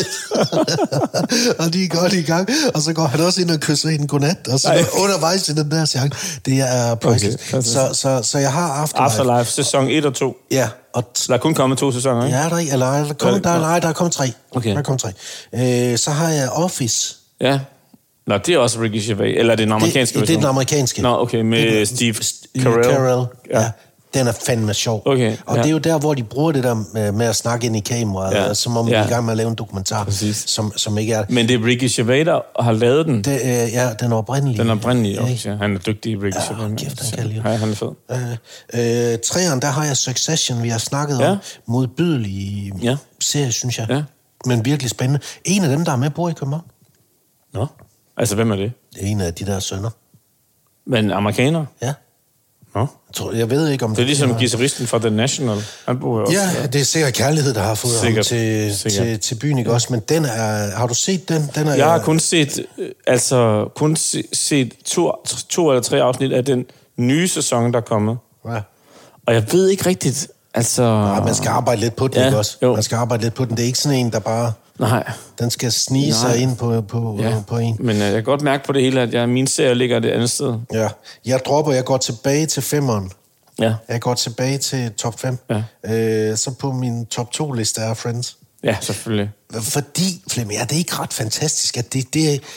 Og de er godt i gang. Og så går han også ind og kysser hende godnat, og så Ej. undervejs i den der sang. Det er priceless. Okay, så, så, så jeg har Afterlife. Afterlife, sæson et og to. Ja. Og t- der er kun kommet to sæsoner, ikke? Ja, der, eller, er der, kommet, der, nej, der er kommet tre. Okay. Der er kommet tre. Øh, så har jeg Office. Ja. Nå, det er også Ricky Gervais, eller det er den amerikanske det, det er den amerikanske. Nå, okay, med det, Steve Carell. Carell, ja. ja. Den er fandme sjov. Okay, og ja. det er jo der, hvor de bruger det der med, med at snakke ind i kameraet, ja. som om ja. vi er i gang med at lave en dokumentar, som, som ikke er... Men det er Ricky Gervais, der har lavet den? Det, øh, ja, den oprindelige. Den oprindelige, også, ja. Han er dygtig, Ricky ja, Gervais. Kæft, han kan lide. Ja, han er fed. Øh, øh, træeren, der har jeg Succession, vi har snakket ja. om. Modbydelig ja. serie, synes jeg. Ja. Men virkelig spændende. En af dem, der er med, bor i København. Nå, altså hvem er det? Det er en af de der sønner. Men amerikaner? Ja. Nå. Jeg, tror, jeg ved ikke, om... Det er ligesom guitaristen fra The National. Han bor også. Ja, ja, det er sikkert kærlighed, der har fået sikkert. ham til, til, til byen, ikke også? Men den er... Har du set den? den er, jeg har kun set... Altså, kun set to, to eller tre afsnit af den nye sæson, der er kommet. Ja. Og jeg ved ikke rigtigt... Altså... Nej, man skal arbejde lidt på den, ja, ikke også? Jo. Man skal arbejde lidt på den. Det er ikke sådan en, der bare... Nej. Den skal snige sig ind på, på, ja. på en. Men uh, jeg kan godt mærke på det hele, at jeg, min serie ligger det andet sted. Ja. Jeg dropper, jeg går tilbage til femmeren. Ja. Jeg går tilbage til top fem. Ja. Øh, så på min top to liste er Friends. Ja, selvfølgelig. Fordi, Flemming, er det ikke ret fantastisk, at det, det,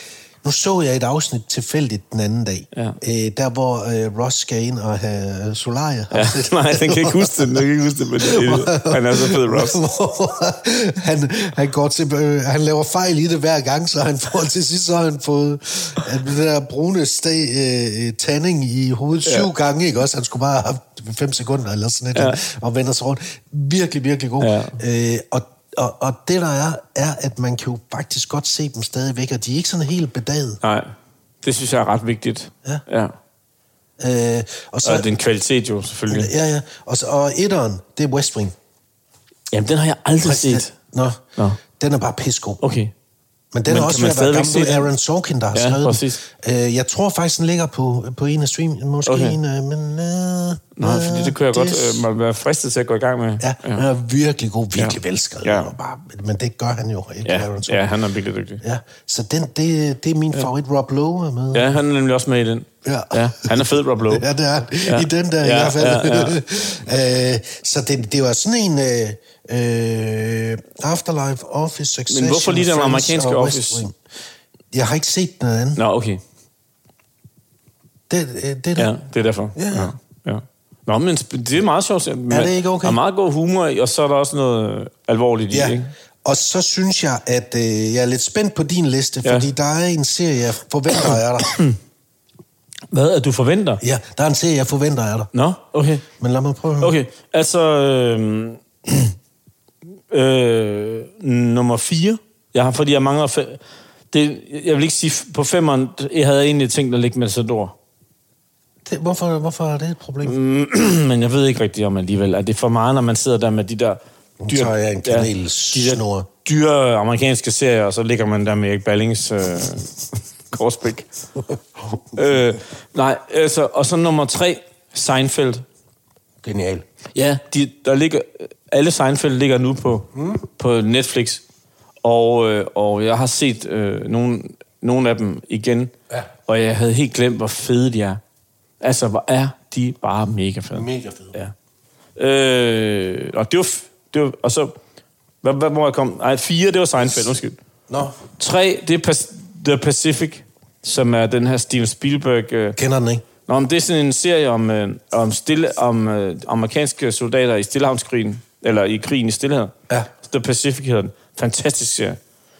Nu så jeg et afsnit tilfældigt den anden dag, ja. øh, der hvor øh, Ross skal ind og have solarie. Ja, nej, den kan ikke huske det, den kan ikke huske det, men det, han er så fed, Ross. han, han, går til, øh, han laver fejl i det hver gang, så han får til sidst, så har han fået øh, det der brune steg, øh, tanding i hovedet syv ja. gange, ikke også? Han skulle bare have haft fem sekunder eller sådan et, ja. og vender sig rundt. Virkelig, virkelig god. Ja. Øh, og Og, og det der er, er, at man kan jo faktisk godt se dem stadigvæk, og de er ikke sådan helt bedaget. Nej, det synes jeg er ret vigtigt. Ja. ja. Øh, og, så, og den kvalitet jo, selvfølgelig. Ja, ja. Og, så, og etteren, det er West Wing. Jamen, den har jeg aldrig Præcis. set. Nå, Nå, den er bare pissegod. Okay. Men den Men er også ved at være gammel. Aaron Sorkin, der har ja, skrevet den. Uh, jeg tror faktisk, den ligger på, på en af stream. Måske okay. en, uh, men... Uh, Nej, fordi det kunne jeg det... godt uh, være fristet til at gå i gang med. Ja, ja. Han er virkelig god, virkelig ja. velskrevet. Ja. Bare, men det gør han jo ikke, ja. Aaron Sorkin. Ja, han er virkelig dygtig. Ja, så den, det, det er min ja. favorit. Rob Lowe er med. Ja, han er nemlig også med i den. Ja. ja han er fed, Rob Lowe. Ja, det er ja. i den der ja, i hvert fald. Ja, ja. uh, så det, det var sådan en... Uh, uh, Afterlife, Office, Succession... Men hvorfor lige den amerikanske Office? Jeg har ikke set noget andet. Nå, okay. Det, det, det, ja, det er derfor. Ja. Ja, ja. Nå, men det er meget sjovt. Er det ikke okay? Der er meget god humor i, og så er der også noget alvorligt i, ja. ikke? Og så synes jeg, at øh, jeg er lidt spændt på din liste, ja. fordi der er en serie, jeg forventer af dig. Hvad er du forventer? Ja, der er en serie, jeg forventer af dig. Nå, okay. Men lad mig prøve. Okay, altså... Øh, øh, nummer fire. Jeg har, fordi jeg mangler... Fe- det, jeg vil ikke sige, på femmeren, jeg havde egentlig tænkt at lægge Matador. Det, hvorfor, hvorfor er det et problem? Men jeg ved ikke rigtigt om alligevel, at det er for meget, når man sidder der med de der... Dyr, så er jeg en kanelsnor. Ja, dyre amerikanske serier, og så ligger man der med Erik Ballings øh, korsbæk. øh, nej, altså, og så nummer tre, Seinfeld. Genial. Ja, de, der ligger, alle Seinfeld ligger nu på, mm. på Netflix, og, øh, og jeg har set øh, nogle, nogle af dem igen, ja. og jeg havde helt glemt, hvor fede de er. Altså, hvor er de bare mega fede. Mega fede. Ja. Øh, og det var... Det var, og så, hvad, hvad må jeg komme? Nej, fire, det var Seinfeld, undskyld. Nå. Tre, det er The Pacific, som er den her Steven Spielberg... Øh, Kender den ikke? Nå, men det er sådan en serie om, øh, om, stille, om øh, amerikanske soldater i Stillehavskrigen, eller i krigen i Stillehavet. Ja. The Pacific hedder den. Fantastisk serie.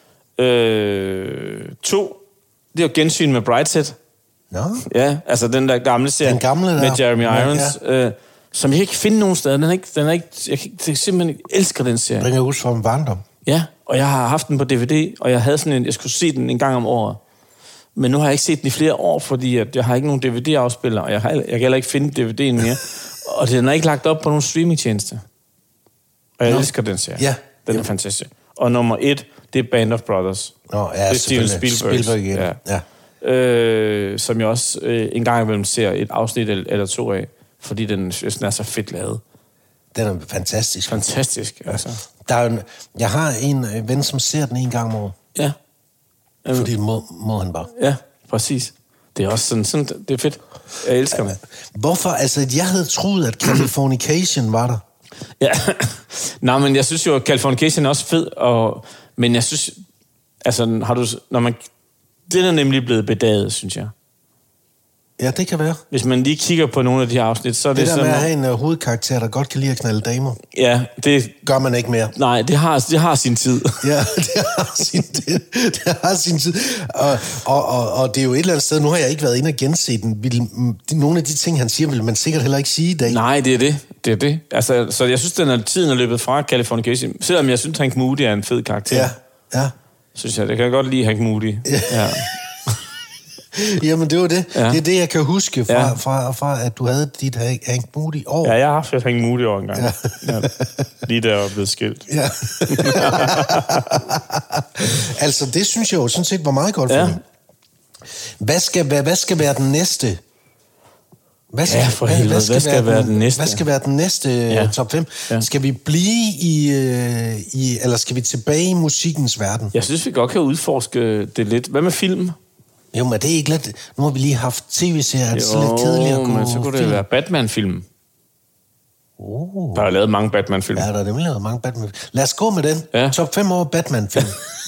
Øh, to, det er jo Gensyn med Brideshead. Nå. Ja, altså den der gamle serie. Den gamle der. Med Jeremy Irons. Ja, ja. Øh, som jeg ikke kan finde nogen steder. Den er ikke, den er ikke, jeg, kan, jeg simpelthen ikke elsker den serie. Den er husk fra en barndom. Ja, og jeg har haft den på D V D, og jeg havde sådan en, jeg skulle se den en gang om året. Men nu har jeg ikke set den i flere år, fordi at jeg har ikke nogen D V D-afspiller, og jeg, har, jeg kan heller ikke finde D V D'en mere. Og den er ikke lagt op på nogen streamingtjeneste. Og jeg Nå. elsker den serie. Ja. Den er fantastisk. Og nummer et, det er Band of Brothers. Nå, ja, det er Steven Spielberg. Spielberg igen. Ja. Ja. Øh, som jeg også øh, en gang imellem ser et afsnit eller to af. Fordi den, den er så fedt lavet. Den er fantastisk. Fantastisk, altså. Der er en, jeg har en ven, som ser den en gang om året. Ja. Jamen. Fordi må, må han bare. Ja, præcis. Det er også sådan, sådan det er fedt. Jeg elsker det. Hvorfor? Altså, jeg havde troet, at Californication var der. Ja. Nej, men jeg synes jo, at Californication er også fed, og, men jeg synes, altså, har du, når man, den er nemlig blevet bedaget, synes jeg. Ja, det kan være. Hvis man lige kigger på nogle af de her afsnit, så er det, det der sådan... med at have en uh, hovedkarakter, der godt kan lide at knalde damer. Ja, det... Gør man ikke mere. Nej, det har, det har sin tid. Ja, det har sin tid. Det har sin tid. Og, og, og, og det er jo et eller andet sted, nu har jeg ikke været inde og gense den. Vil, nogle af de ting, han siger, vil man sikkert heller ikke sige i dag. Nej, det er det. Det er det. Altså, så jeg synes, den er tiden er løbet fra Californication. Selvom jeg synes, Hank Moody er en fed karakter. Ja, ja. Synes jeg, det kan jeg godt lide Hank Moody. Ja. Ja. Jamen, det var det. Ja. Det er det, jeg kan huske fra, ja. fra, fra at du havde dit Hank Moody år. Ja, jeg har haft et Hank Moody år engang. Ja. Ja. Lige der var blevet skilt. Ja. Altså, det synes jeg jo sådan set var meget godt for ja. Hvad skal, hvad, hvad skal være den næste? Hvad skal, ja, for helvede. Hvad skal, hvad skal være, være den, den næste? Hvad skal være den næste ja. top fem? Ja. Skal vi blive i, øh, i... Eller skal vi tilbage i musikkens verden? Jeg synes, vi godt kan udforske det lidt. Hvad med film? Jo, men det er ikke lidt... Nu har vi lige haft tv-serier, det er så lidt kedeligt at gå men så kunne det film. være Batman-film. Oh. Der er lavet mange Batman-film. Ja, der er nemlig lavet mange Batman-film. Lad os gå med den. Ja. Top fem over Batman-film.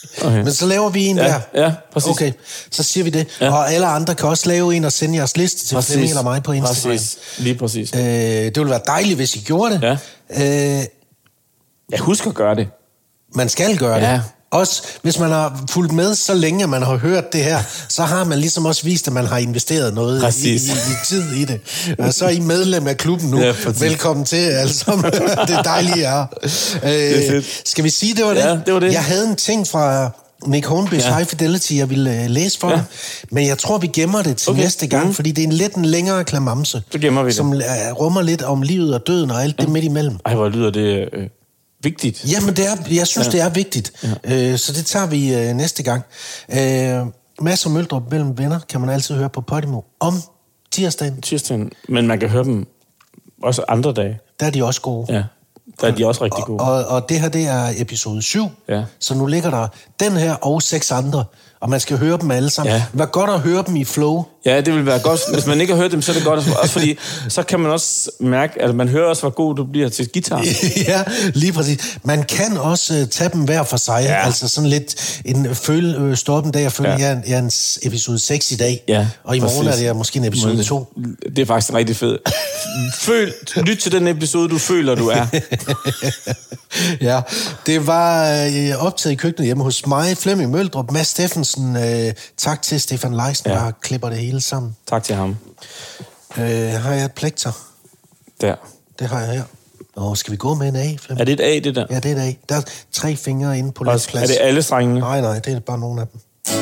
Okay. Men så laver vi en ja, der. Ja, præcis. Okay, så siger vi det. Ja. Og alle andre kan også lave en og sende jeres liste til præcis. Flemming eller mig på Instagram. Præcis, lige præcis. Øh, det ville være dejligt, hvis I gjorde det. Ja. Øh, jeg husker at gøre det. Man skal gøre ja. det. Også hvis man har fulgt med så længe, at man har hørt det her, så har man ligesom også vist, at man har investeret noget i, i, i tid i det. Og så er I medlem af klubben nu. Ja, velkommen til, altså. Det er dejligt, ja. Øh, skal vi sige, det var det? Ja, det var det. Jeg havde en ting fra Nick Hornbys ja. High Fidelity, jeg ville uh, læse for ja. Men jeg tror, vi gemmer det til okay. næste gang, mm. fordi det er en lidt en længere klamamse. Så gemmer vi det. Som uh, rummer lidt om livet og døden og alt ja. Det midt imellem. Ej, hvor lyder det... Øh... vigtigt. Jamen, det er, jeg synes, ja. Det er vigtigt. Ja. Øh, så det tager vi øh, næste gang. Øh, Mads og Møldrup mellem venner kan man altid høre på Podimo om tirsdagen. Tirsdagen, men man kan høre dem også andre dage. Der er de også gode. Ja, der er de også rigtig gode. Og, og, og det her, det er episode syv. Ja. Så nu ligger der den her og seks andre. Og man skal høre dem alle sammen. Ja. Det var godt at høre dem i flow. Ja, det vil være godt. Hvis man ikke har hørt dem, så er det godt. Også fordi, så kan man også mærke, at man hører også, hvor god du bliver til guitar. Ja, lige præcis. Man kan også uh, tage dem hver for sig. Ja. Altså sådan lidt en føl, øh, stoppen dag, jeg føler, ja. jeg, jeg er en episode seks i dag. Ja, og i morgen præcis. Er det måske en episode to. Det er faktisk rigtig fedt. Føl, lyt til den episode, du føler, du er. Ja, det var øh, optaget i køkkenet hjemme hos mig, Flemming Møldrup, Mads Steffensen. Øh, tak til Stefan Leisen, ja. Der klipper det hele sammen. Tak til ham. Øh, har jeg et plekter? Der. Det har jeg her. Og skal vi gå med en A, Flemming? Er det et A, det der? Ja, det er et A. Der er tre fingre inde på lidt plads. Er det alle strengene? Nej, nej, det er bare nogle af dem.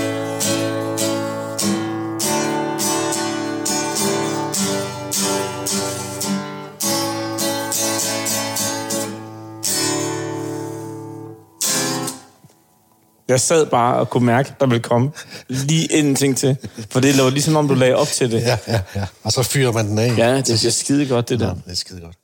Jeg sad bare og kunne mærke, der ville komme lige en ting til. For det var ligesom om, du lagde op til det. Ja, ja, ja. Og så fyrer man den af. Ja, det er skide godt, det der. Ja, det er skide godt.